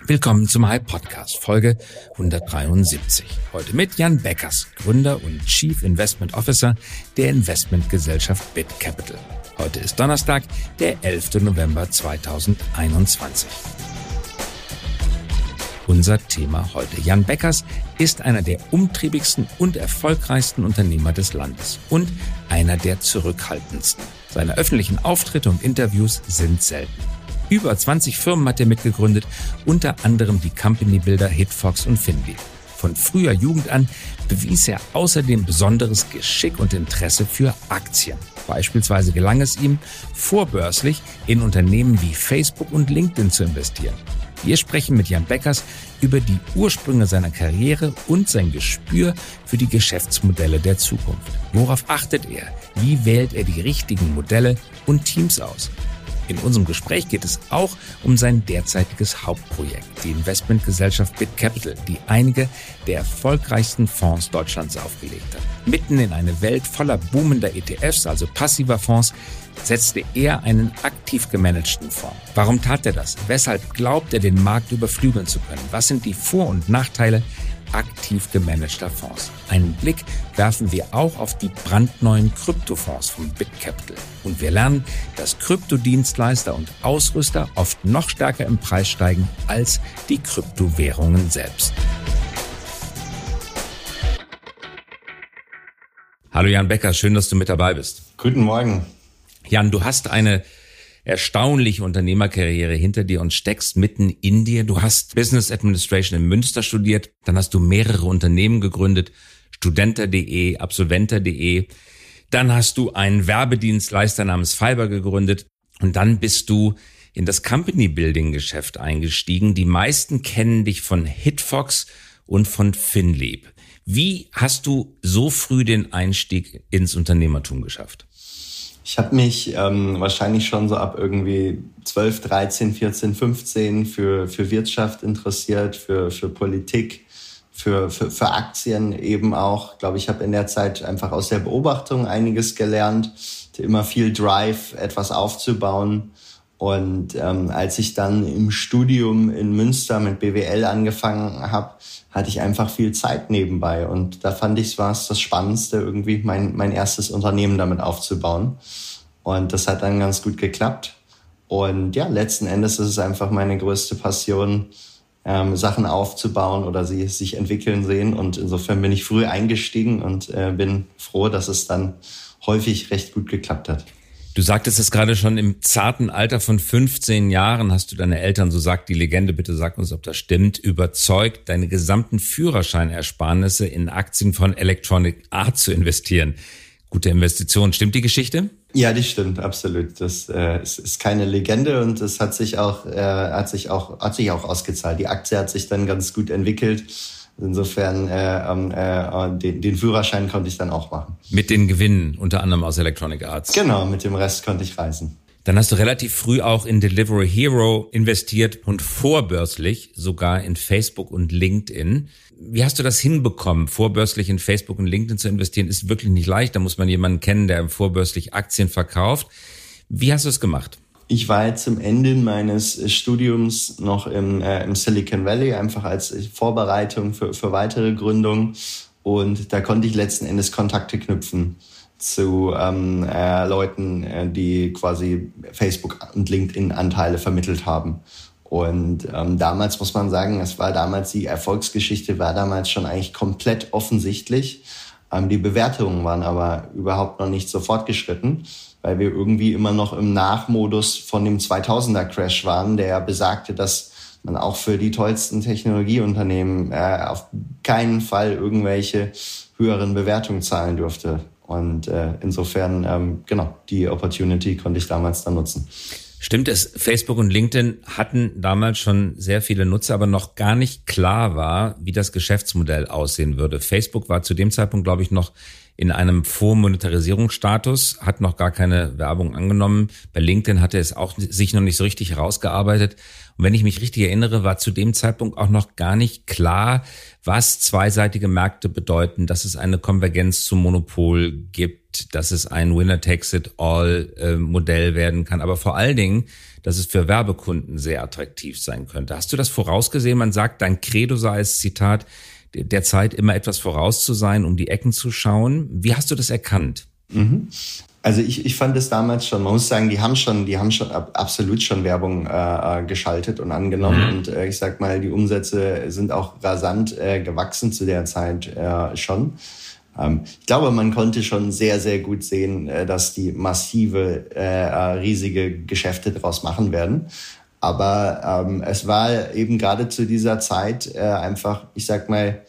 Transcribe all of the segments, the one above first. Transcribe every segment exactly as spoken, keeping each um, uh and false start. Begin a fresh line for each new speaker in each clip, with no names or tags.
Willkommen zum Hype Podcast, Folge hundertdreiundsiebzig. Heute mit Jan Beckers, Gründer und Chief Investment Officer der Investmentgesellschaft BitCapital. Heute ist Donnerstag, der elfter November zweitausendeinundzwanzig. Unser Thema heute. Jan Beckers ist einer der umtriebigsten und erfolgreichsten Unternehmer des Landes und einer der zurückhaltendsten. Seine öffentlichen Auftritte und Interviews sind selten. Über zwanzig Firmen hat er mitgegründet, unter anderem die Company-Builder Hitfox und Finly. Von früher Jugend an bewies er außerdem besonderes Geschick und Interesse für Aktien. Beispielsweise gelang es ihm, vorbörslich in Unternehmen wie Facebook und LinkedIn zu investieren. Wir sprechen mit Jan Beckers über die Ursprünge seiner Karriere und sein Gespür für die Geschäftsmodelle der Zukunft. Worauf achtet er? Wie wählt er die richtigen Modelle und Teams aus? In unserem Gespräch geht es auch um sein derzeitiges Hauptprojekt, die Investmentgesellschaft BitCapital, die einige der erfolgreichsten Fonds Deutschlands aufgelegt hat. Mitten in eine Welt voller boomender E T Fs, also passiver Fonds, setzte er einen aktiv gemanagten Fonds. Warum tat er das? Weshalb glaubt er, den Markt überflügeln zu können? Was sind die Vor- und Nachteile aktiv gemanagter Fonds? Einen Blick werfen wir auch auf die brandneuen Kryptofonds von BitCapital. Und wir lernen, dass Kryptodienstleister und Ausrüster oft noch stärker im Preis steigen als die Kryptowährungen selbst. Hallo Jan Beckers, schön, dass du mit dabei bist.
Guten Morgen.
Jan, du hast eine erstaunliche Unternehmerkarriere hinter dir und steckst mitten in dir. Du hast Business Administration in Münster studiert, dann hast du mehrere Unternehmen gegründet, studenter punkt de, absolventer punkt de. Dann hast du einen Werbedienstleister namens Fiverr gegründet und dann bist du in das Company-Building-Geschäft eingestiegen. Die meisten kennen dich von Hitfox und von Finly. Wie hast du so früh den Einstieg ins Unternehmertum geschafft?
Ich habe mich ähm, wahrscheinlich schon so ab irgendwie zwölf, dreizehn, vierzehn, fünfzehn für für Wirtschaft interessiert, für für Politik, für für, für Aktien eben auch. Ich glaube, ich habe in der Zeit einfach aus der Beobachtung einiges gelernt, immer viel Drive, etwas aufzubauen. Und ähm, als ich dann im Studium in Münster mit B W L angefangen habe, hatte ich einfach viel Zeit nebenbei. Und da fand ich, war es das Spannendste, irgendwie mein mein erstes Unternehmen damit aufzubauen. Und das hat dann ganz gut geklappt. Und ja, letzten Endes ist es einfach meine größte Passion, ähm, Sachen aufzubauen oder sie sich entwickeln sehen. Und insofern bin ich früh eingestiegen und äh, bin froh, dass es dann häufig recht gut geklappt hat.
Du sagtest es gerade schon, im zarten Alter von fünfzehn Jahren hast du deine Eltern, so sagt die Legende, bitte sag uns, ob das stimmt, überzeugt, deine gesamten Führerscheinersparnisse in Aktien von Electronic Arts zu investieren. Gute Investition. Stimmt die Geschichte?
Ja, die stimmt, absolut. Das äh, ist, ist keine Legende und es hat sich auch, äh, hat sich auch, hat sich auch ausgezahlt. Die Aktie hat sich dann ganz gut entwickelt. Insofern äh, äh, den, den Führerschein konnte ich dann auch machen.
Mit den Gewinnen, unter anderem aus Electronic Arts.
Genau, mit dem Rest konnte ich reisen.
Dann hast du relativ früh auch in Delivery Hero investiert und vorbörslich sogar in Facebook und LinkedIn. Wie hast du das hinbekommen, vorbörslich in Facebook und LinkedIn zu investieren? Ist wirklich nicht leicht. Da muss man jemanden kennen, der vorbörslich Aktien verkauft. Wie hast du es gemacht?
Ich war jetzt zum Ende meines Studiums noch im, äh, im Silicon Valley, einfach als Vorbereitung für, für weitere Gründungen. Und da konnte ich letzten Endes Kontakte knüpfen zu ähm, äh, Leuten, äh, die quasi Facebook und LinkedIn Anteile vermittelt haben. Und ähm, damals muss man sagen, es war damals, die Erfolgsgeschichte war damals schon eigentlich komplett offensichtlich. Ähm, die Bewertungen waren aber überhaupt noch nicht so fortgeschritten, weil wir irgendwie immer noch im Nachmodus von dem zweitausender Crash waren, der besagte, dass man auch für die tollsten Technologieunternehmen äh, auf keinen Fall irgendwelche höheren Bewertungen zahlen durfte. Und äh, insofern, ähm, genau, die Opportunity konnte ich damals dann nutzen.
Stimmt es, Facebook und LinkedIn hatten damals schon sehr viele Nutzer, aber noch gar nicht klar war, wie das Geschäftsmodell aussehen würde. Facebook war zu dem Zeitpunkt, glaube ich, noch in einem Vormonetarisierungsstatus, hat noch gar keine Werbung angenommen. Bei LinkedIn hatte es auch sich noch nicht so richtig herausgearbeitet. Und wenn ich mich richtig erinnere, war zu dem Zeitpunkt auch noch gar nicht klar, was zweiseitige Märkte bedeuten, dass es eine Konvergenz zum Monopol gibt, dass es ein Winner-Takes-it-all-Modell werden kann, aber vor allen Dingen, dass es für Werbekunden sehr attraktiv sein könnte. Hast du das vorausgesehen? Man sagt, dein Credo sei es, Zitat, der Zeit immer etwas voraus zu sein, um die Ecken zu schauen. Wie hast du das erkannt?
Mhm. Also ich, ich fand es damals schon, man muss sagen, die haben schon, die haben schon absolut schon Werbung äh, geschaltet und angenommen. Mhm. Und äh, ich sag mal, die Umsätze sind auch rasant äh, gewachsen zu der Zeit äh, schon. Ähm, ich glaube, man konnte schon sehr, sehr gut sehen, äh, dass die massive, äh, riesige Geschäfte daraus machen werden. Aber ähm, es war eben gerade zu dieser Zeit äh, einfach, ich sag mal,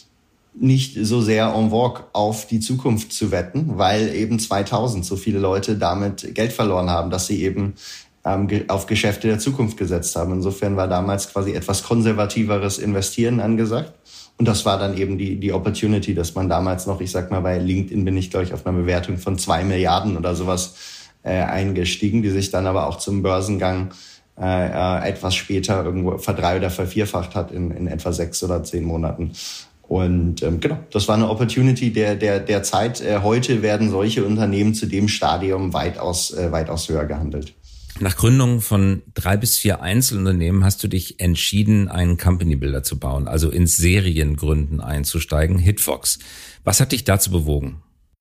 nicht so sehr en vogue auf die Zukunft zu wetten, weil eben zweitausend so viele Leute damit Geld verloren haben, dass sie eben ähm, auf Geschäfte der Zukunft gesetzt haben. Insofern war damals quasi etwas konservativeres Investieren angesagt. Und das war dann eben die die Opportunity, dass man damals noch, ich sag mal, bei LinkedIn bin ich, glaube ich, auf einer Bewertung von zwei Milliarden oder sowas äh, eingestiegen, die sich dann aber auch zum Börsengang äh, äh, etwas später irgendwo verdrei- oder vervierfacht hat in, in etwa sechs oder zehn Monaten. Und ähm, genau, das war eine Opportunity der der der Zeit. Äh, heute werden solche Unternehmen zu dem Stadium weitaus äh, weitaus höher gehandelt.
Nach Gründung von drei bis vier Einzelunternehmen hast du dich entschieden, einen Company Builder zu bauen, also ins Seriengründen einzusteigen, Hitfox. Was hat dich dazu bewogen?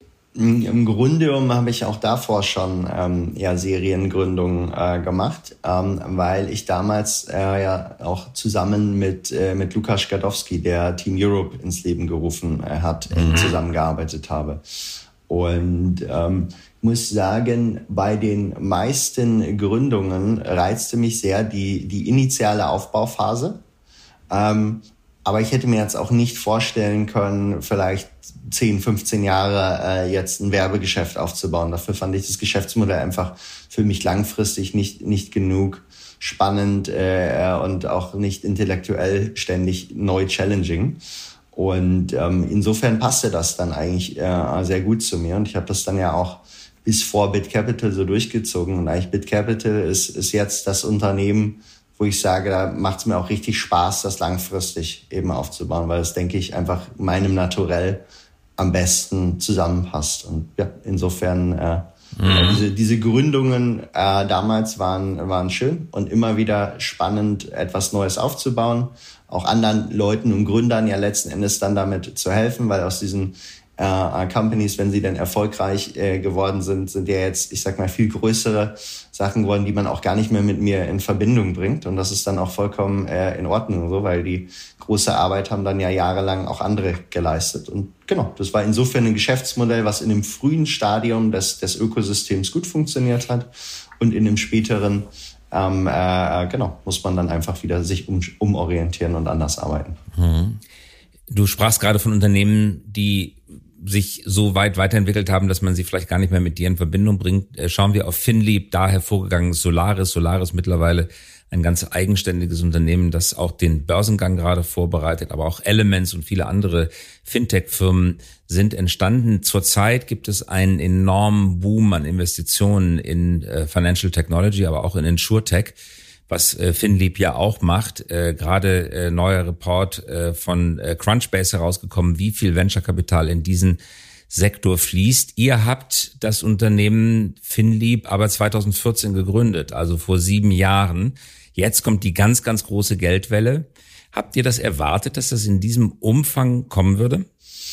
Im Grunde habe ich auch davor schon ähm, ja, Seriengründungen äh, gemacht, ähm, weil ich damals äh, ja auch zusammen mit äh, mit Lukas Skadowski, der Team Europe ins Leben gerufen äh, hat, mhm. zusammengearbeitet habe. Und ähm, ich muss sagen, bei den meisten Gründungen reizte mich sehr die die initiale Aufbauphase. Ähm, aber ich hätte mir jetzt auch nicht vorstellen können, vielleicht zehn, fünfzehn Jahre äh, jetzt ein Werbegeschäft aufzubauen. Dafür fand ich das Geschäftsmodell einfach für mich langfristig nicht nicht genug spannend äh, und auch nicht intellektuell ständig neu challenging. Und ähm, insofern passte das dann eigentlich äh, sehr gut zu mir. Und ich habe das dann ja auch bis vor BitCapital so durchgezogen. Und eigentlich BitCapital ist ist jetzt das Unternehmen, wo ich sage, da macht es mir auch richtig Spaß, das langfristig eben aufzubauen, weil das, denke ich, einfach meinem Naturell am besten zusammenpasst. Und ja, insofern äh, mhm. diese diese Gründungen äh, damals waren waren schön und immer wieder spannend, etwas Neues aufzubauen, auch anderen Leuten und Gründern ja letzten Endes dann damit zu helfen, weil aus diesen äh, Companies, wenn sie dann erfolgreich äh, geworden sind, sind ja jetzt, ich sag mal, viel größere Sachen geworden, die man auch gar nicht mehr mit mir in Verbindung bringt. Und das ist dann auch vollkommen äh, in Ordnung so, weil die große Arbeit haben dann ja jahrelang auch andere geleistet. Und genau, das war insofern ein Geschäftsmodell, was in dem frühen Stadium des, des Ökosystems gut funktioniert hat. Und in dem späteren, ähm, äh, genau, muss man dann einfach wieder sich um, umorientieren und anders arbeiten.
Hm. Du sprachst gerade von Unternehmen, die sich so weit weiterentwickelt haben, dass man sie vielleicht gar nicht mehr mit dir in Verbindung bringt. Schauen wir auf Finlieb, da hervorgegangen Solaris. Solaris mittlerweile ein ganz eigenständiges Unternehmen, das auch den Börsengang gerade vorbereitet, aber auch Elements und viele andere Fintech-Firmen sind entstanden. Zurzeit gibt es einen enormen Boom an Investitionen in äh, Financial Technology, aber auch in InsurTech, was äh, Finlieb ja auch macht. Äh, gerade äh, neuer Report äh, von äh, Crunchbase herausgekommen, wie viel Venture-Kapital in diesen Sektor fließt. Ihr habt das Unternehmen Finlieb aber zweitausendvierzehn gegründet, also vor sieben Jahren. Jetzt kommt die ganz, ganz große Geldwelle. Habt ihr das erwartet, dass das in diesem Umfang kommen würde?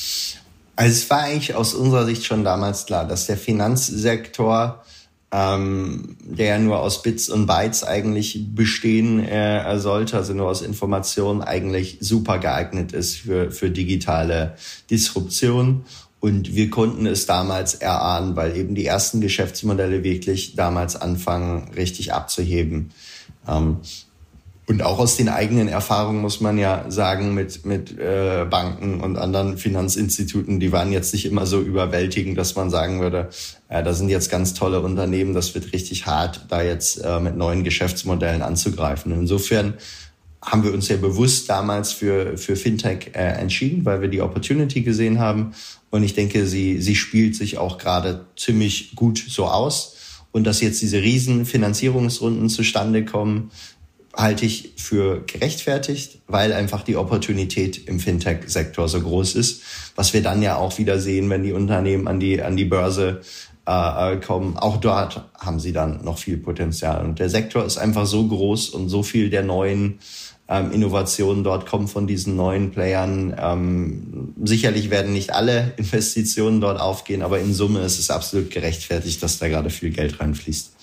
Also es war eigentlich aus unserer Sicht schon damals klar, dass der Finanzsektor, ähm, der ja nur aus Bits und Bytes eigentlich bestehen äh, sollte, also nur aus Informationen, eigentlich super geeignet ist für, für digitale Disruption. Und wir konnten es damals erahnen, weil eben die ersten Geschäftsmodelle wirklich damals anfangen, richtig abzuheben. Ähm, und auch aus den eigenen Erfahrungen muss man ja sagen, mit mit äh, Banken und anderen Finanzinstituten, die waren jetzt nicht immer so überwältigend, dass man sagen würde, äh, da sind jetzt ganz tolle Unternehmen, das wird richtig hart, da jetzt äh, mit neuen Geschäftsmodellen anzugreifen. Insofern haben wir uns ja bewusst damals für, für Fintech äh, entschieden, weil wir die Opportunity gesehen haben. Und ich denke, sie, sie spielt sich auch gerade ziemlich gut so aus. Und dass jetzt diese riesen Finanzierungsrunden zustande kommen, halte ich für gerechtfertigt, weil einfach die Opportunität im Fintech-Sektor so groß ist, was wir dann ja auch wieder sehen, wenn die Unternehmen an die, an die Börse äh, kommen. Auch dort haben sie dann noch viel Potenzial. Und der Sektor ist einfach so groß und so viel der neuen ähm, Innovationen dort kommen von diesen neuen Playern. Ähm, sicherlich werden nicht alle Investitionen dort aufgehen, aber in Summe ist es absolut gerechtfertigt, dass da gerade viel Geld reinfließt.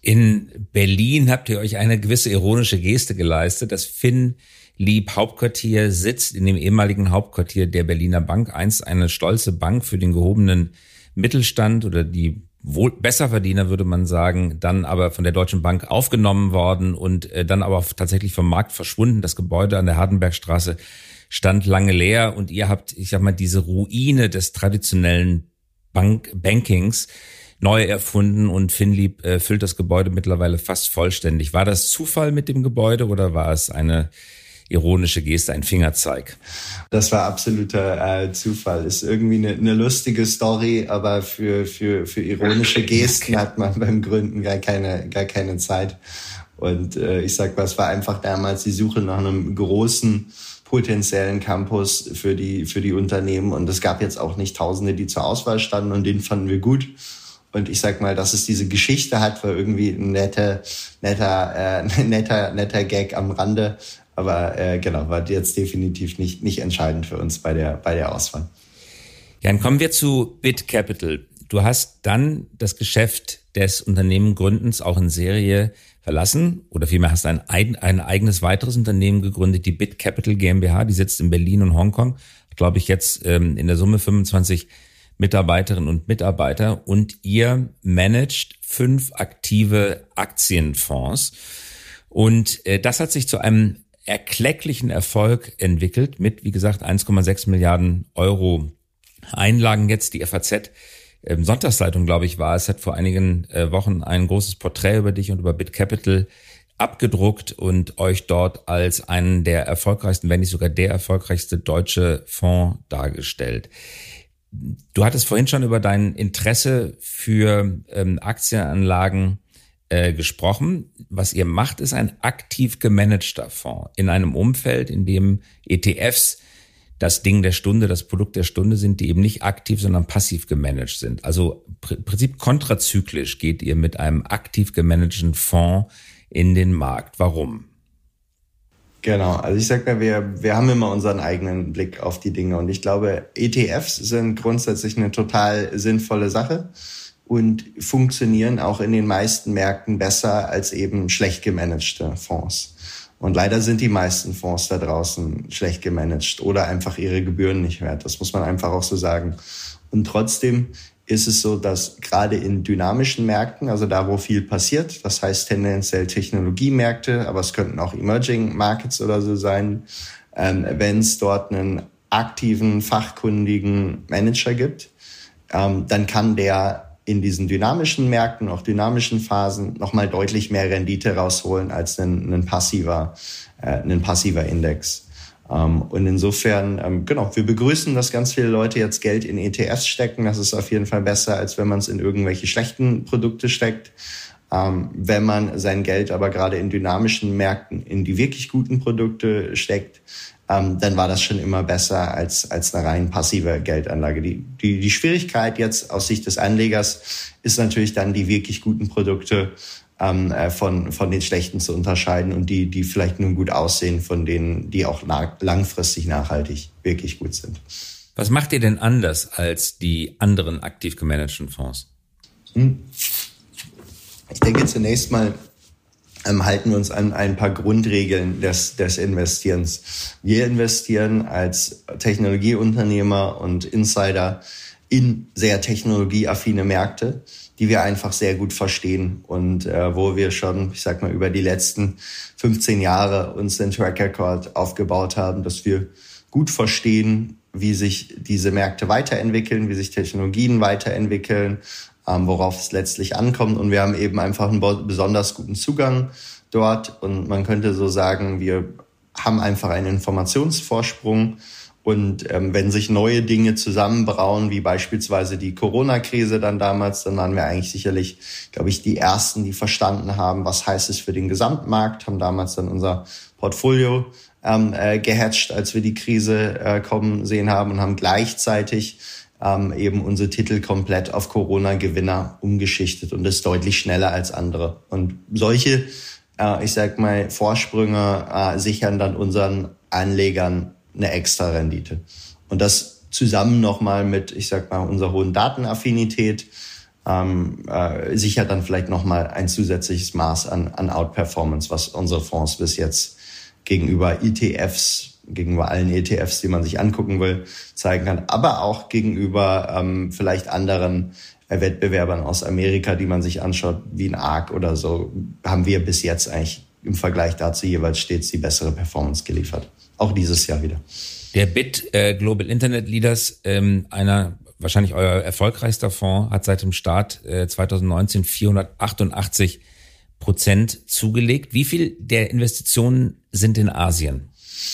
In Berlin habt ihr euch eine gewisse ironische Geste geleistet. Das FinLieb Hauptquartier sitzt in dem ehemaligen Hauptquartier der Berliner Bank, einst eine stolze Bank für den gehobenen Mittelstand oder die wohl Besserverdiener, würde man sagen, dann aber von der Deutschen Bank aufgenommen worden und äh, dann aber tatsächlich vom Markt verschwunden. Das Gebäude an der Hardenbergstraße stand lange leer und ihr habt, ich sag mal, diese Ruine des traditionellen Bank Bankings neu erfunden und FinLieb äh, füllt das Gebäude mittlerweile fast vollständig. War das Zufall mit dem Gebäude oder war es eine ironische Geste, ein Fingerzeig?
Das war absoluter äh, Zufall. Ist irgendwie eine, eine lustige Story, aber für für für ironische Gesten hat man beim Gründen gar keine gar keine Zeit. Und äh, ich sag mal, es war einfach damals die Suche nach einem großen potenziellen Campus für die für die Unternehmen und es gab jetzt auch nicht Tausende, die zur Auswahl standen und den fanden wir gut. Und ich sag mal, dass es diese Geschichte hat, war irgendwie ein netter, netter, äh, netter, netter Gag am Rande. Aber äh, genau, war jetzt definitiv nicht nicht entscheidend für uns bei der bei der Auswahl.
Ja, dann kommen wir zu Bit Capital. Du hast dann das Geschäft des Unternehmengründens auch in Serie verlassen oder vielmehr hast ein, ein eigenes weiteres Unternehmen gegründet, die Bit Capital GmbH. Die sitzt in Berlin und Hongkong. Glaube ich jetzt ähm, in der Summe fünfundzwanzig Mitarbeiterinnen und Mitarbeiter und ihr managt fünf aktive Aktienfonds. Und äh, das hat sich zu einem erklecklichen Erfolg entwickelt mit, wie gesagt, eins Komma sechs Milliarden Euro Einlagen. Jetzt die F A Z äh, Sonntagszeitung, glaube ich, war es, hat vor einigen äh, Wochen ein großes Porträt über dich und über Bit Capital abgedruckt und euch dort als einen der erfolgreichsten, wenn nicht sogar der erfolgreichste deutsche Fonds dargestellt. Du hattest vorhin schon über dein Interesse für ähm, Aktienanlagen äh, gesprochen. Was ihr macht, ist ein aktiv gemanagter Fonds in einem Umfeld, in dem E T Fs das Ding der Stunde, das Produkt der Stunde sind, die eben nicht aktiv, sondern passiv gemanagt sind. Also im Prinzip kontrazyklisch geht ihr mit einem aktiv gemanagten Fonds in den Markt. Warum?
Genau, also ich sag mal, wir, wir haben immer unseren eigenen Blick auf die Dinge und ich glaube, E T Fs sind grundsätzlich eine total sinnvolle Sache und funktionieren auch in den meisten Märkten besser als eben schlecht gemanagte Fonds. Und leider sind die meisten Fonds da draußen schlecht gemanagt oder einfach ihre Gebühren nicht wert. Das muss man einfach auch so sagen. Und trotzdem ist es so, dass gerade in dynamischen Märkten, also da, wo viel passiert, das heißt tendenziell Technologiemärkte, aber es könnten auch Emerging Markets oder so sein, ähm, wenn es dort einen aktiven, fachkundigen Manager gibt, ähm, dann kann der in diesen dynamischen Märkten, auch dynamischen Phasen, nochmal deutlich mehr Rendite rausholen als ein, ein passiver, äh, ein passiver Index. Um, und insofern, um, genau, wir begrüßen, dass ganz viele Leute jetzt Geld in E T Fs stecken. Das ist auf jeden Fall besser, als wenn man es in irgendwelche schlechten Produkte steckt. Um, wenn man sein Geld aber gerade in dynamischen Märkten in die wirklich guten Produkte steckt, um, dann war das schon immer besser als als eine rein passive Geldanlage. Die, die, die Schwierigkeit jetzt aus Sicht des Anlegers ist natürlich dann, die wirklich guten Produkte Ähm, äh, von von den schlechten zu unterscheiden und die die vielleicht nur gut aussehen von denen, die auch na- langfristig nachhaltig wirklich gut sind.
Was macht ihr denn anders als die anderen aktiv gemanagten Fonds?
Hm. Ich denke, zunächst mal ähm, halten wir uns an ein paar Grundregeln des des Investierens. Wir investieren als Technologieunternehmer und Insider in sehr technologieaffine Märkte, die wir einfach sehr gut verstehen und äh, wo wir schon, ich sag mal, über die letzten fünfzehn Jahre uns den Track Record aufgebaut haben, dass wir gut verstehen, wie sich diese Märkte weiterentwickeln, wie sich Technologien weiterentwickeln, ähm, worauf es letztlich ankommt. Und wir haben eben einfach einen besonders guten Zugang dort. Und man könnte so sagen, wir haben einfach einen Informationsvorsprung. Und ähm, wenn sich neue Dinge zusammenbrauen, wie beispielsweise die Corona-Krise dann damals, dann waren wir eigentlich sicherlich, glaube ich, die Ersten, die verstanden haben, was heißt es für den Gesamtmarkt, haben damals dann unser Portfolio ähm, äh, gehatcht, als wir die Krise äh, kommen sehen haben und haben gleichzeitig ähm, eben unsere Titel komplett auf Corona-Gewinner umgeschichtet und das deutlich schneller als andere. Und solche, äh, ich sag mal, Vorsprünge äh, sichern dann unseren Anlegern eine extra Rendite. Und das zusammen nochmal mit, ich sag mal, unserer hohen Datenaffinität ähm, äh, sichert dann vielleicht nochmal ein zusätzliches Maß an, an Outperformance, was unsere Fonds bis jetzt gegenüber E T Fs, gegenüber allen E T Fs, die man sich angucken will, zeigen kann. Aber auch gegenüber ähm, vielleicht anderen äh, Wettbewerbern aus Amerika, die man sich anschaut, wie ein Arc oder so, haben wir bis jetzt eigentlich im Vergleich dazu jeweils stets die bessere Performance geliefert. Auch dieses Jahr wieder.
Der B I T äh, Global Internet Leaders, ähm, einer wahrscheinlich euer erfolgreichster Fonds, hat seit dem Start äh, zwanzig neunzehn vierhundertachtundachtzig Prozent zugelegt. Wie viel der Investitionen sind in Asien?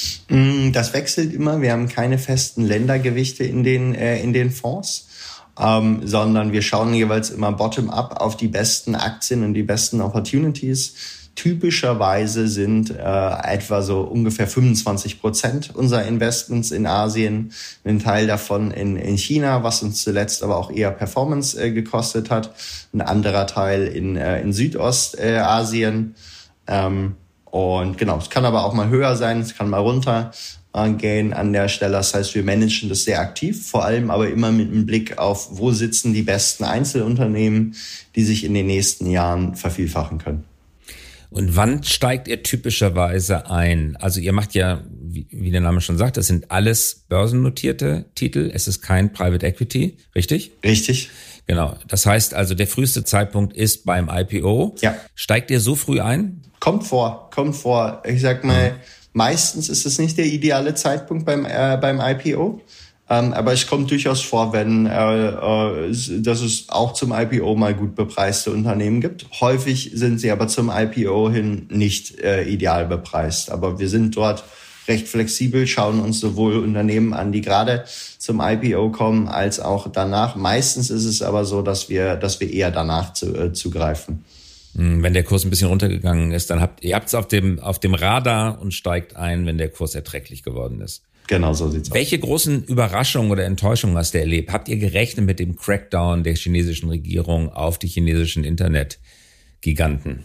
Das wechselt immer. Wir haben keine festen Ländergewichte in den äh, in den Fonds, ähm, sondern wir schauen jeweils immer bottom-up auf die besten Aktien und die besten Opportunities. Typischerweise sind äh, etwa so ungefähr fünfundzwanzig Prozent unserer Investments in Asien, ein Teil davon in, in China, was uns zuletzt aber auch eher Performance äh, gekostet hat, ein anderer Teil in, äh, in Südostasien. Ähm, und genau, es kann aber auch mal höher sein, es kann mal runter äh, gehen an der Stelle. Das heißt, wir managen das sehr aktiv, vor allem aber immer mit einem Blick auf, wo sitzen die besten Einzelunternehmen, die sich in den nächsten Jahren vervielfachen können.
Und wann steigt ihr typischerweise ein? Also ihr macht ja, wie, wie der Name schon sagt, das sind alles börsennotierte Titel. Es ist kein Private Equity, richtig?
Richtig.
Genau. Das heißt also, der früheste Zeitpunkt ist beim I P O.
Ja.
Steigt ihr so früh ein?
Kommt vor, kommt vor. Ich sag mal, mhm. meistens ist es nicht der ideale Zeitpunkt beim äh, beim I P O. Ähm, aber es kommt durchaus vor, wenn äh, äh, dass es auch zum I P O mal gut bepreiste Unternehmen gibt. Häufig sind sie aber zum I P O hin nicht äh, ideal bepreist. Aber wir sind dort recht flexibel, schauen uns sowohl Unternehmen an, die gerade zum I P O kommen, als auch danach. Meistens ist es aber so, dass wir dass wir eher danach zu, äh, zugreifen.
Wenn der Kurs ein bisschen runtergegangen ist, dann habt ihr habt es auf dem auf dem Radar und steigt ein, wenn der Kurs erträglich geworden ist.
Genau, so sieht's aus.
Welche großen Überraschungen oder Enttäuschungen hast du erlebt? Habt ihr gerechnet mit dem Crackdown der chinesischen Regierung auf die chinesischen Internetgiganten?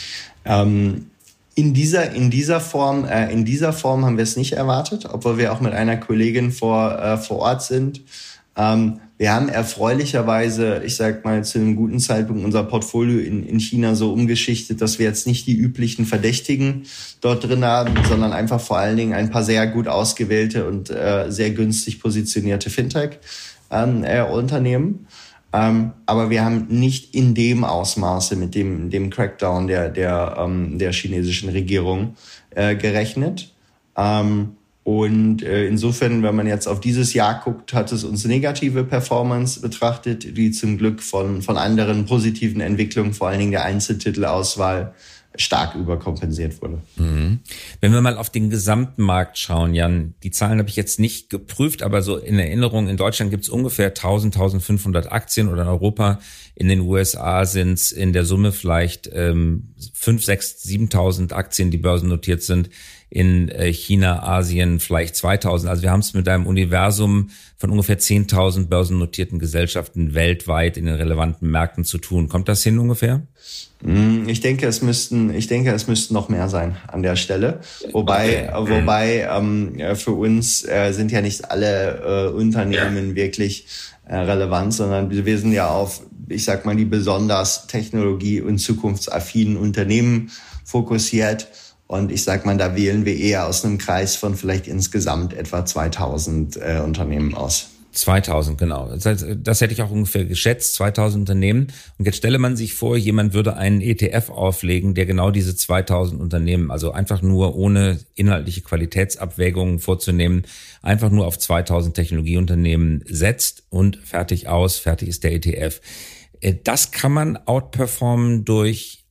Ähm, in dieser in dieser Form äh, in dieser Form haben wir es nicht erwartet, obwohl wir auch mit einer Kollegin vor äh, vor Ort sind. Ähm, wir haben erfreulicherweise, ich sag mal, zu einem guten Zeitpunkt unser Portfolio in, in China so umgeschichtet, dass wir jetzt nicht die üblichen Verdächtigen dort drin haben, sondern einfach vor allen Dingen ein paar sehr gut ausgewählte und äh, sehr günstig positionierte Fintech-Unternehmen. Ähm, äh, ähm, aber wir haben nicht in dem Ausmaße mit dem, dem Crackdown der, der, ähm, der chinesischen Regierung äh, gerechnet. Ähm, Und äh, insofern, wenn man jetzt auf dieses Jahr guckt, hat es uns negative Performance betrachtet, die zum Glück von von anderen positiven Entwicklungen, vor allen Dingen der Einzeltitelauswahl, stark überkompensiert wurde.
Mhm. Wenn wir mal auf den gesamten Markt schauen, Jan, die Zahlen habe ich jetzt nicht geprüft, aber so in Erinnerung, in Deutschland gibt es ungefähr tausend, eintausendfünfhundert Aktien oder in Europa, in den U S A sind es in der Summe vielleicht ähm, fünf, sechs, siebentausend Aktien, die börsennotiert sind. In China, Asien vielleicht zweitausend. Also wir haben es mit einem Universum von ungefähr zehntausend börsennotierten Gesellschaften weltweit in den relevanten Märkten zu tun. Kommt das hin ungefähr?
Ich denke, es müssten, ich denke, es müssten noch mehr sein an der Stelle. Wobei, okay. wobei ähm, für uns äh, sind ja nicht alle äh, Unternehmen ja. wirklich äh, relevant, sondern wir sind ja auf, ich sag mal, die besonders technologie- und zukunftsaffinen Unternehmen fokussiert. Und ich sag mal, da wählen wir eher aus einem Kreis von vielleicht insgesamt etwa zweitausend äh, Unternehmen aus.
zweitausend, genau. Das, heißt, das hätte ich auch ungefähr geschätzt, zweitausend Unternehmen. Und jetzt stelle man sich vor, jemand würde einen E T F auflegen, der genau diese zweitausend Unternehmen, also einfach nur ohne inhaltliche Qualitätsabwägungen vorzunehmen, einfach nur auf zweitausend Technologieunternehmen setzt und fertig aus, fertig ist der E T F. Das kann man outperformen durch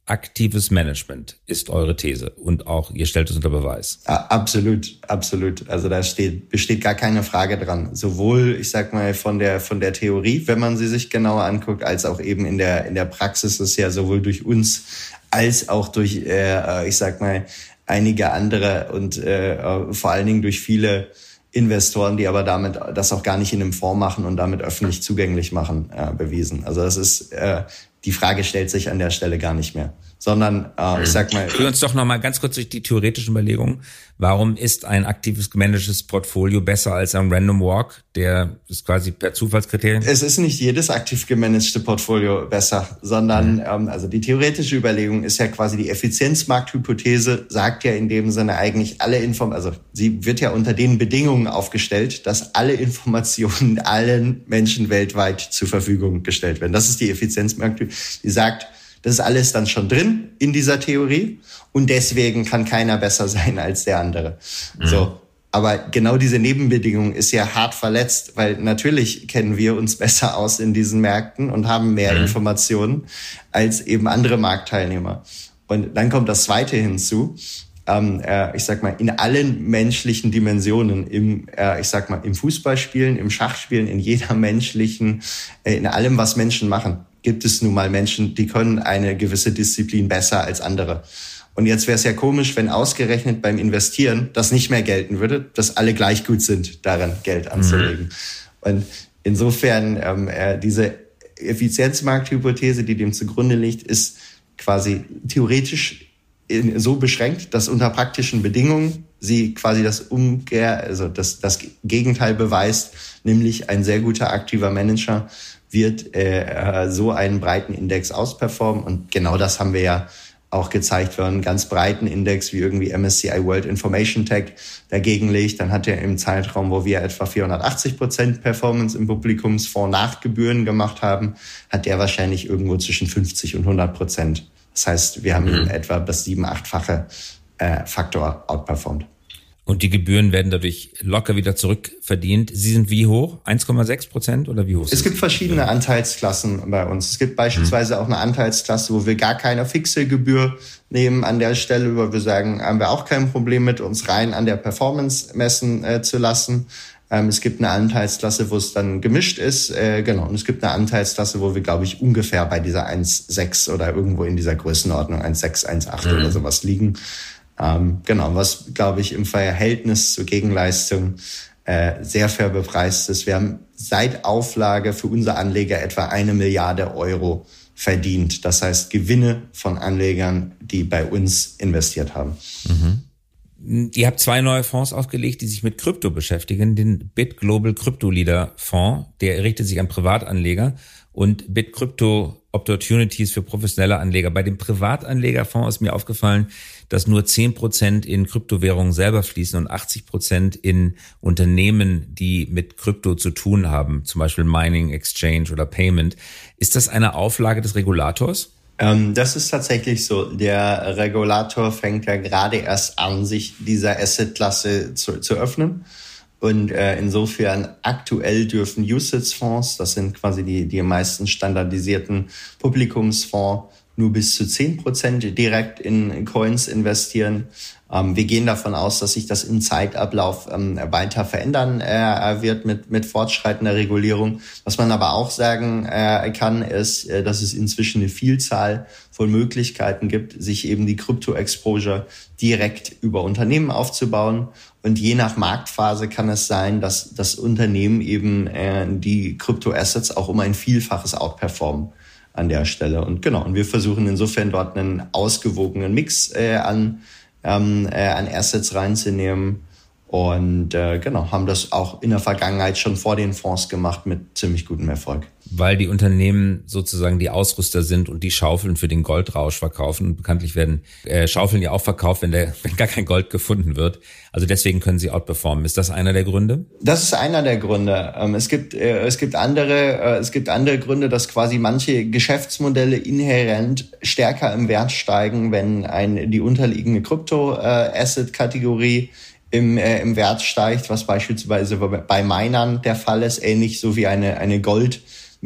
aktives Management ist eure These und auch ihr stellt es unter Beweis.
Ja, absolut, absolut. Also da steht, besteht gar keine Frage dran. Sowohl, ich sag mal, von der, von der Theorie, wenn man sie sich genauer anguckt, als auch eben in der, in der Praxis ist ja sowohl durch uns als auch durch, äh, ich sag mal, einige andere und äh, vor allen Dingen durch viele Investoren, die aber damit das auch gar nicht in einem Fonds machen und damit öffentlich zugänglich machen, äh, bewiesen. Also das ist, äh, die Frage stellt sich an der Stelle gar nicht mehr, sondern äh, ich sag mal...
Führ uns doch noch mal ganz kurz durch die theoretischen Überlegungen. Warum ist ein aktives gemanagtes Portfolio besser als ein Random Walk, der ist quasi per Zufallskriterium?
Es ist nicht jedes aktiv gemanagte Portfolio besser, sondern mhm. ähm, also die theoretische Überlegung ist ja quasi die Effizienzmarkthypothese, sagt ja in dem Sinne eigentlich alle Informationen, also sie wird ja unter den Bedingungen aufgestellt, dass alle Informationen allen Menschen weltweit zur Verfügung gestellt werden. Das ist die Effizienzmarkthypothese. Die sagt, das ist alles dann schon drin in dieser Theorie und deswegen kann keiner besser sein als der andere. Mhm. So. Aber genau diese Nebenbedingung ist ja hart verletzt, weil natürlich kennen wir uns besser aus in diesen Märkten und haben mehr mhm. Informationen als eben andere Marktteilnehmer. Und dann kommt das Zweite hinzu. Ähm, äh, ich sag mal, in allen menschlichen Dimensionen, im, äh, ich sag mal, im Fußballspielen, im Schachspielen, in jeder menschlichen, äh, in allem, was Menschen machen, gibt es nun mal Menschen, die können eine gewisse Disziplin besser als andere. Und jetzt wäre es ja komisch, wenn ausgerechnet beim Investieren das nicht mehr gelten würde, dass alle gleich gut sind, darin Geld anzulegen. Mhm. Und insofern ähm, äh, diese Effizienzmarkthypothese, die dem zugrunde liegt, ist quasi theoretisch in, so beschränkt, dass unter praktischen Bedingungen sie quasi das Umkehr, also das, das Gegenteil beweist, nämlich ein sehr guter aktiver Manager wird äh, so einen breiten Index ausperformen. Und genau das haben wir ja auch gezeigt, wenn man einen ganz breiten Index wie irgendwie M S C I World Information Tech dagegen legt, dann hat er im Zeitraum, wo wir etwa vierhundertachtzig Prozent Performance im Publikumsfonds nach Gebühren gemacht haben, hat der wahrscheinlich irgendwo zwischen fünfzig und hundert Prozent. Das heißt, wir haben mhm. etwa das sieben-, achtfache äh, Faktor outperformed.
Und die Gebühren werden dadurch locker wieder zurückverdient. Sie sind wie hoch? eins Komma sechs Prozent oder wie hoch?
Es gibt verschiedene ja. Anteilsklassen bei uns. Es gibt beispielsweise mhm. auch eine Anteilsklasse, wo wir gar keine fixe Gebühr nehmen an der Stelle, wo wir sagen, haben wir auch kein Problem mit, uns rein an der Performance messen äh, zu lassen. Ähm, es gibt eine Anteilsklasse, wo es dann gemischt ist. Äh, genau. Und es gibt eine Anteilsklasse, wo wir, glaube ich, ungefähr bei dieser eins Komma sechs oder irgendwo in dieser Größenordnung eins Komma sechs, eins Komma acht mhm. oder sowas liegen. Ähm, genau, was, glaube ich, im Verhältnis zur Gegenleistung äh, sehr fair bepreist ist. Wir haben seit Auflage für unsere Anleger etwa eine Milliarde Euro verdient. Das heißt, Gewinne von Anlegern, die bei uns investiert haben.
Mhm. Ihr habt zwei neue Fonds aufgelegt, die sich mit Krypto beschäftigen. Den Bit Global Crypto Leader Fonds, der richtet sich an Privatanleger, und Bit Crypto Opportunities für professionelle Anleger. Bei dem Privatanlegerfonds ist mir aufgefallen, dass nur zehn Prozent in Kryptowährungen selber fließen und achtzig Prozent in Unternehmen, die mit Krypto zu tun haben, zum Beispiel Mining, Exchange oder Payment. Ist das eine Auflage des Regulators?
Ähm, das ist tatsächlich so. Der Regulator fängt ja gerade erst an, sich dieser Assetklasse zu, zu öffnen. Und äh, insofern aktuell dürfen U C I T S-Fonds, das sind quasi die, die am meisten standardisierten Publikumsfonds, nur bis zu zehn Prozent direkt in Coins investieren. Ähm, wir gehen davon aus, dass sich das im Zeitablauf ähm, weiter verändern äh, wird mit, mit fortschreitender Regulierung. Was man aber auch sagen äh, kann, ist, äh, dass es inzwischen eine Vielzahl von Möglichkeiten gibt, sich eben die Krypto-Exposure direkt über Unternehmen aufzubauen. Und je nach Marktphase kann es sein, dass das Unternehmen eben äh, die Krypto-Assets auch um ein Vielfaches outperformen an der Stelle. Und genau, und wir versuchen insofern dort einen ausgewogenen Mix äh, an, ähm, äh, an Assets reinzunehmen. Und äh, genau, haben das auch in der Vergangenheit schon vor den Fonds gemacht mit ziemlich gutem Erfolg.
Weil die Unternehmen sozusagen die Ausrüster sind und die Schaufeln für den Goldrausch verkaufen. Und bekanntlich werden äh, Schaufeln ja auch verkauft, wenn, der, wenn gar kein Gold gefunden wird. Also deswegen können sie outperformen. Ist das einer der Gründe?
Das ist einer der Gründe. Ähm, es gibt äh, es gibt andere äh, es gibt andere Gründe, dass quasi manche Geschäftsmodelle inhärent stärker im Wert steigen, wenn ein die unterliegende Krypto-Asset-Kategorie im, äh, im Wert steigt, was beispielsweise bei Minern der Fall ist, ähnlich so wie eine eine Gold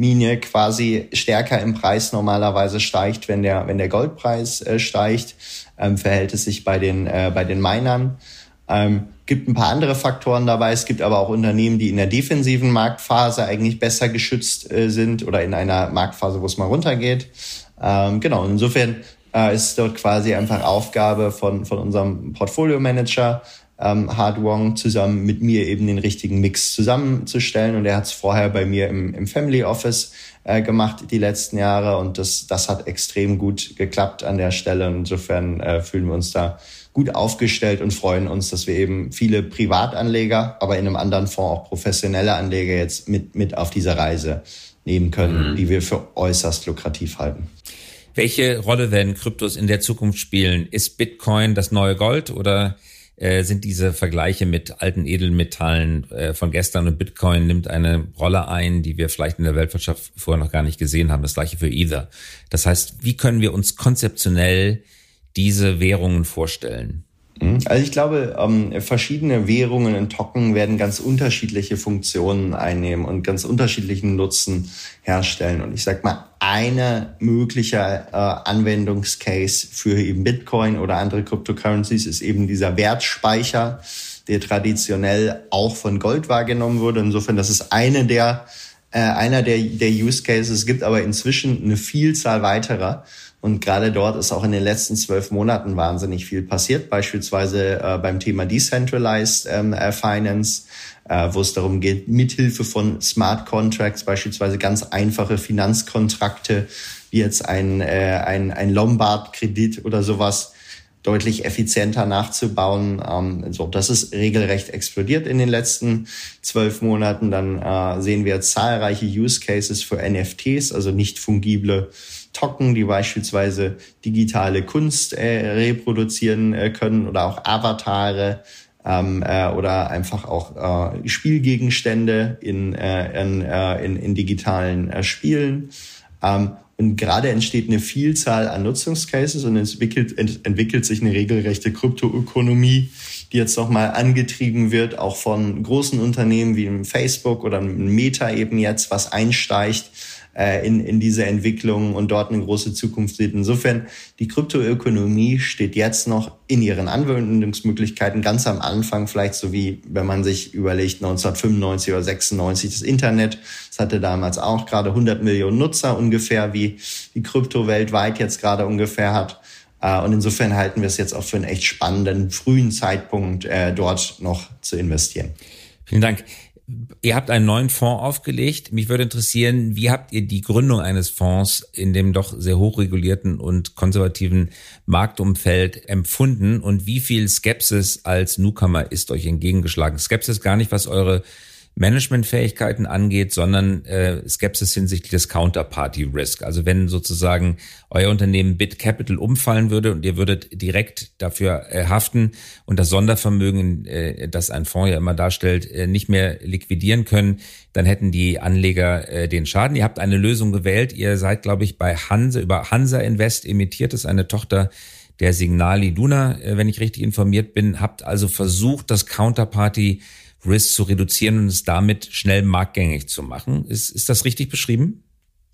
Mine quasi stärker im Preis normalerweise steigt, wenn der, wenn der Goldpreis äh, steigt, ähm, verhält es sich bei den, äh, bei den Minern. Ähm, gibt ein paar andere Faktoren dabei. Es gibt aber auch Unternehmen, die in der defensiven Marktphase eigentlich besser geschützt äh, sind oder in einer Marktphase, wo es mal runtergeht. Ähm, genau, insofern äh, ist dort quasi einfach Aufgabe von, von unserem Portfolio-Manager, ähm, Hard Wong, zusammen mit mir eben den richtigen Mix zusammenzustellen. Und er hat es vorher bei mir im, im Family Office äh, gemacht, die letzten Jahre. Und das, das hat extrem gut geklappt an der Stelle. Insofern äh, fühlen wir uns da gut aufgestellt und freuen uns, dass wir eben viele Privatanleger, aber in einem anderen Fonds auch professionelle Anleger jetzt mit, mit auf diese Reise nehmen können, mhm. die wir für äußerst lukrativ halten.
Welche Rolle werden Kryptos in der Zukunft spielen? Ist Bitcoin das neue Gold oder äh, sind diese Vergleiche mit alten Edelmetallen äh, von gestern und Bitcoin nimmt eine Rolle ein, die wir vielleicht in der Weltwirtschaft vorher noch gar nicht gesehen haben? Das gleiche für Ether. Das heißt, wie können wir uns konzeptionell diese Währungen vorstellen?
Also ich glaube, ähm, verschiedene Währungen und Token werden ganz unterschiedliche Funktionen einnehmen und ganz unterschiedlichen Nutzen herstellen. Und ich sag mal, eine mögliche äh, Anwendungscase für eben Bitcoin oder andere Cryptocurrencies ist eben dieser Wertspeicher, der traditionell auch von Gold wahrgenommen wurde. Insofern, das ist eine der, äh, einer der, der Use Cases. Es gibt aber inzwischen eine Vielzahl weiterer. Und gerade dort ist auch in den letzten zwölf Monaten wahnsinnig viel passiert, beispielsweise äh, beim Thema Decentralized ähm, äh, Finance, äh, wo es darum geht, mithilfe von Smart Contracts, beispielsweise ganz einfache Finanzkontrakte, wie jetzt ein, äh, ein, ein Lombard-Kredit oder sowas, deutlich effizienter nachzubauen. Ähm, so, das ist regelrecht explodiert in den letzten zwölf Monaten. Dann äh, sehen wir zahlreiche Use Cases für N F Ts, also nicht fungible Token, die beispielsweise digitale Kunst äh, reproduzieren äh, können oder auch Avatare ähm, äh, oder einfach auch äh, Spielgegenstände in, äh, in, äh, in, in digitalen äh, Spielen. Ähm, und gerade entsteht eine Vielzahl an Nutzungscases und es entwickelt, ent, entwickelt sich eine regelrechte Kryptoökonomie, die jetzt nochmal angetrieben wird, auch von großen Unternehmen wie einem Facebook oder einem Meta eben jetzt, was einsteigt in, in diese Entwicklung und dort eine große Zukunft sieht. Insofern, die Kryptoökonomie steht jetzt noch in ihren Anwendungsmöglichkeiten ganz am Anfang, vielleicht so wie, wenn man sich überlegt, neunzehnhundertfünfundneunzig oder sechsundneunzig das Internet. Das hatte damals auch gerade hundert Millionen Nutzer ungefähr, wie die Krypto weltweit jetzt gerade ungefähr hat. Und insofern halten wir es jetzt auch für einen echt spannenden, frühen Zeitpunkt, dort noch zu investieren.
Vielen Dank. Ihr habt einen neuen Fonds aufgelegt. Mich würde interessieren, wie habt ihr die Gründung eines Fonds in dem doch sehr hochregulierten und konservativen Marktumfeld empfunden und wie viel Skepsis als Newcomer ist euch entgegengeschlagen? Skepsis gar nicht, was eure Managementfähigkeiten angeht, sondern äh, Skepsis hinsichtlich des Counterparty Risk. Also wenn sozusagen euer Unternehmen BitCapital umfallen würde und ihr würdet direkt dafür äh, haften und das Sondervermögen, äh, das ein Fonds ja immer darstellt, äh, nicht mehr liquidieren können, dann hätten die Anleger äh, den Schaden. Ihr habt eine Lösung gewählt. Ihr seid, glaube ich, bei Hansa, über Hansa Invest emittiert, das ist eine Tochter der Signal Iduna, äh, wenn ich richtig informiert bin. Habt also versucht, das Counterparty Risk zu reduzieren und es damit schnell marktgängig zu machen. Ist, ist das richtig beschrieben?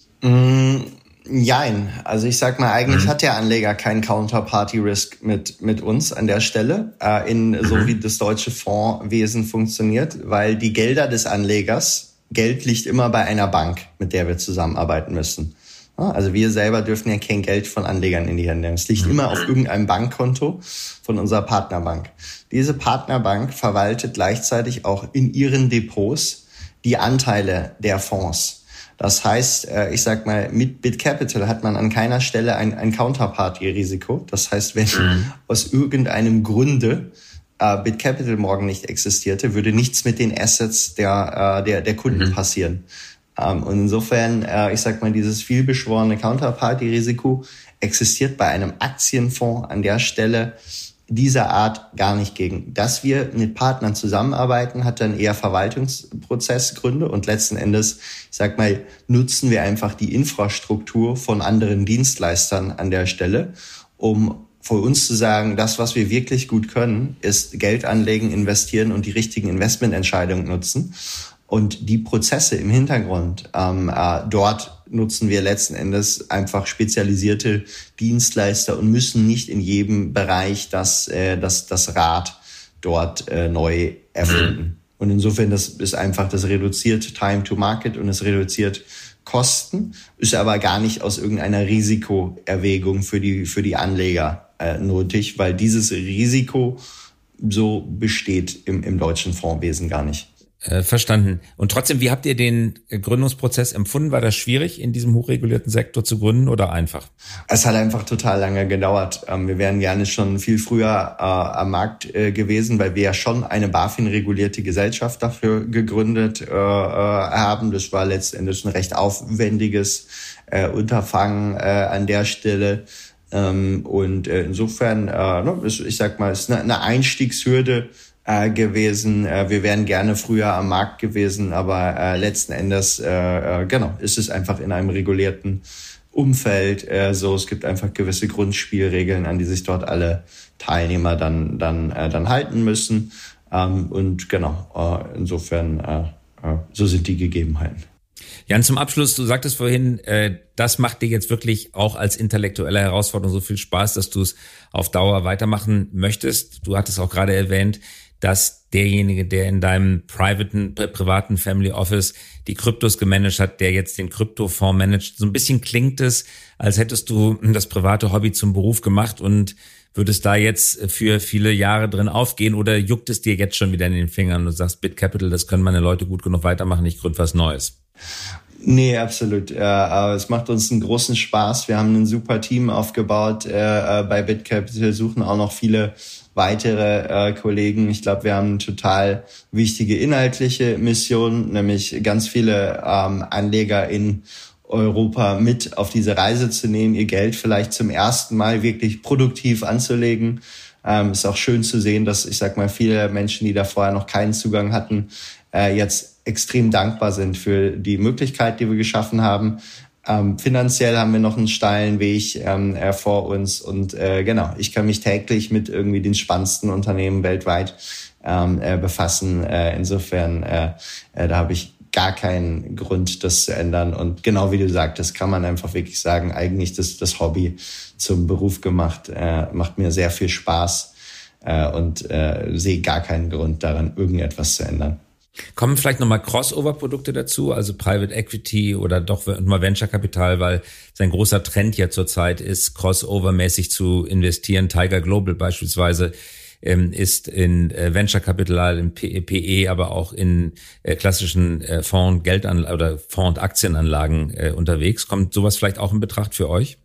Mm, jein. Also ich sag mal, eigentlich mhm. hat der Anleger keinen Counterparty Risk mit, mit uns an der Stelle, äh, in mhm. so wie das deutsche Fondswesen funktioniert, weil die Gelder des Anlegers, Geld liegt immer bei einer Bank, mit der wir zusammenarbeiten müssen. Also wir selber dürfen ja kein Geld von Anlegern in die Hände nehmen. Es liegt immer auf irgendeinem Bankkonto von unserer Partnerbank. Diese Partnerbank verwaltet gleichzeitig auch in ihren Depots die Anteile der Fonds. Das heißt, ich sag mal, mit BitCapital hat man an keiner Stelle ein, ein Counterparty-Risiko. Das heißt, wenn mhm. aus irgendeinem Grunde äh, BitCapital morgen nicht existierte, würde nichts mit den Assets der, äh, der, der Kunden mhm. passieren. Um, und insofern, äh, ich sag mal, dieses vielbeschworene Counterparty-Risiko existiert bei einem Aktienfonds an der Stelle dieser Art gar nicht gegen. Dass wir mit Partnern zusammenarbeiten, hat dann eher Verwaltungsprozessgründe und letzten Endes, ich sag mal, nutzen wir einfach die Infrastruktur von anderen Dienstleistern an der Stelle, um für uns zu sagen, das, was wir wirklich gut können, ist Geld anlegen, investieren und die richtigen Investmententscheidungen nutzen. Und die Prozesse im Hintergrund, ähm, äh, dort nutzen wir letzten Endes einfach spezialisierte Dienstleister und müssen nicht in jedem Bereich das, äh, das, das Rad dort äh, neu erfinden. Und insofern, das ist einfach, das reduziert Time to Market und es reduziert Kosten, ist aber gar nicht aus irgendeiner Risikoerwägung für die, für die Anleger äh, nötig, weil dieses Risiko so besteht im, im deutschen Fondswesen gar nicht.
Äh, verstanden. Und trotzdem, wie habt ihr den Gründungsprozess empfunden? War das schwierig, in diesem hochregulierten Sektor zu gründen oder einfach?
Es hat einfach total lange gedauert. Ähm, wir wären gerne schon viel früher äh, am Markt äh, gewesen, weil wir ja schon eine BaFin-regulierte Gesellschaft dafür gegründet äh, haben. Das war letztendlich ein recht aufwendiges äh, Unterfangen äh, an der Stelle. Ähm, und äh, insofern, äh, ich sag mal, es ist eine, eine Einstiegshürde Äh, gewesen. Äh, wir wären gerne früher am Markt gewesen, aber äh, letzten Endes, äh, äh, genau, ist es einfach in einem regulierten Umfeld äh, so. Es gibt einfach gewisse Grundspielregeln, an die sich dort alle Teilnehmer dann dann äh, dann halten müssen. Ähm, und genau, äh, insofern, äh, äh, so sind die Gegebenheiten.
Jan, zum Abschluss, du sagtest vorhin, äh, das macht dir jetzt wirklich auch als intellektuelle Herausforderung so viel Spaß, dass du es auf Dauer weitermachen möchtest. Du hattest auch gerade erwähnt, dass derjenige, der in deinem privaten, privaten Family Office die Kryptos gemanagt hat, der jetzt den Kryptofonds managt. So ein bisschen klingt es, als hättest du das private Hobby zum Beruf gemacht und würdest da jetzt für viele Jahre drin aufgehen, oder juckt es dir jetzt schon wieder in den Fingern und du sagst, BitCapital, das können meine Leute gut genug weitermachen, ich gründe was Neues?
Nee, absolut. Äh, es macht uns einen großen Spaß. Wir haben ein super Team aufgebaut äh, bei BitCapital, suchen auch noch viele weitere äh, Kollegen. Ich glaube, wir haben eine total wichtige inhaltliche Mission, nämlich ganz viele ähm, Anleger in Europa mit auf diese Reise zu nehmen, ihr Geld vielleicht zum ersten Mal wirklich produktiv anzulegen. Ähm, ist auch schön zu sehen, dass, ich sag mal, viele Menschen, die da vorher noch keinen Zugang hatten, äh, jetzt extrem dankbar sind für die Möglichkeit, die wir geschaffen haben. Ähm, finanziell haben wir noch einen steilen Weg ähm, äh, vor uns und äh, genau, ich kann mich täglich mit irgendwie den spannendsten Unternehmen weltweit ähm, äh, befassen. Äh, insofern, äh, äh, da habe ich gar keinen Grund, das zu ändern. Und genau wie du sagtest, kann man einfach wirklich sagen, eigentlich das, das Hobby zum Beruf gemacht, äh, macht mir sehr viel Spaß äh, und äh, sehe gar keinen Grund daran, irgendetwas zu ändern.
Kommen vielleicht nochmal Crossover-Produkte dazu, also Private Equity oder doch mal Venture-Kapital, weil sein großer Trend ja zurzeit ist, Crossover-mäßig zu investieren. Tiger Global beispielsweise ähm, ist in äh, Venture-Kapital, in P E, aber auch in äh, klassischen äh, Fonds, Geldanlagen oder Fonds- und Aktienanlagen äh, unterwegs. Kommt sowas vielleicht auch in Betracht für euch?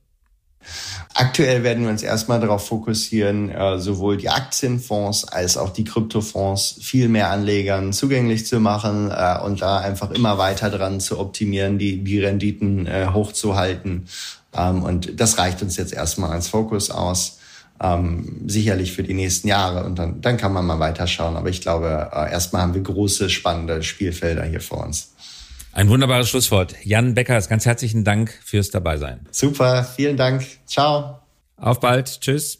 Aktuell werden wir uns erstmal darauf fokussieren, äh, sowohl die Aktienfonds als auch die Kryptofonds viel mehr Anlegern zugänglich zu machen äh, und da einfach immer weiter dran zu optimieren, die, die Renditen äh, hochzuhalten. Ähm, und das reicht uns jetzt erstmal als Fokus aus, ähm, sicherlich für die nächsten Jahre. Und dann, dann kann man mal weiterschauen. Aber ich glaube, äh, erstmal haben wir große, spannende Spielfelder hier vor uns.
Ein wunderbares Schlusswort. Jan Beckers, ganz herzlichen Dank fürs Dabeisein.
Super, vielen Dank. Ciao.
Auf bald. Tschüss.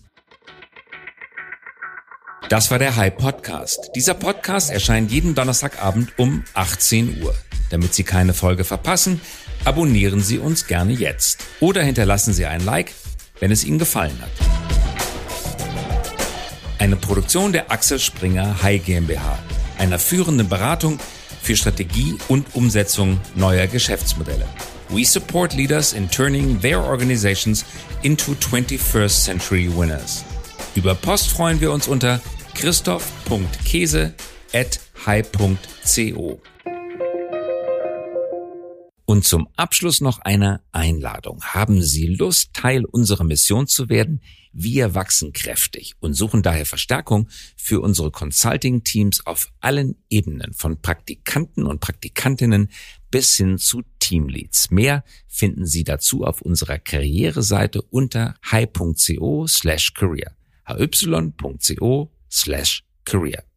Das war der Hype Podcast. Dieser Podcast erscheint jeden Donnerstagabend um achtzehn Uhr. Damit Sie keine Folge verpassen, abonnieren Sie uns gerne jetzt. Oder hinterlassen Sie ein Like, wenn es Ihnen gefallen hat. Eine Produktion der Axel Springer High GmbH, einer führenden Beratung für Strategie und Umsetzung neuer Geschäftsmodelle. We support leaders in turning their organizations into twenty-first century winners. Über Post freuen wir uns unter christoph punkt käse at hi punkt co. Und zum Abschluss noch eine Einladung. Haben Sie Lust, Teil unserer Mission zu werden? Wir wachsen kräftig und suchen daher Verstärkung für unsere Consulting-Teams auf allen Ebenen, von Praktikanten und Praktikantinnen bis hin zu Teamleads. Mehr finden Sie dazu auf unserer Karriereseite unter hi punkt co slash career. hy punkt co slash career.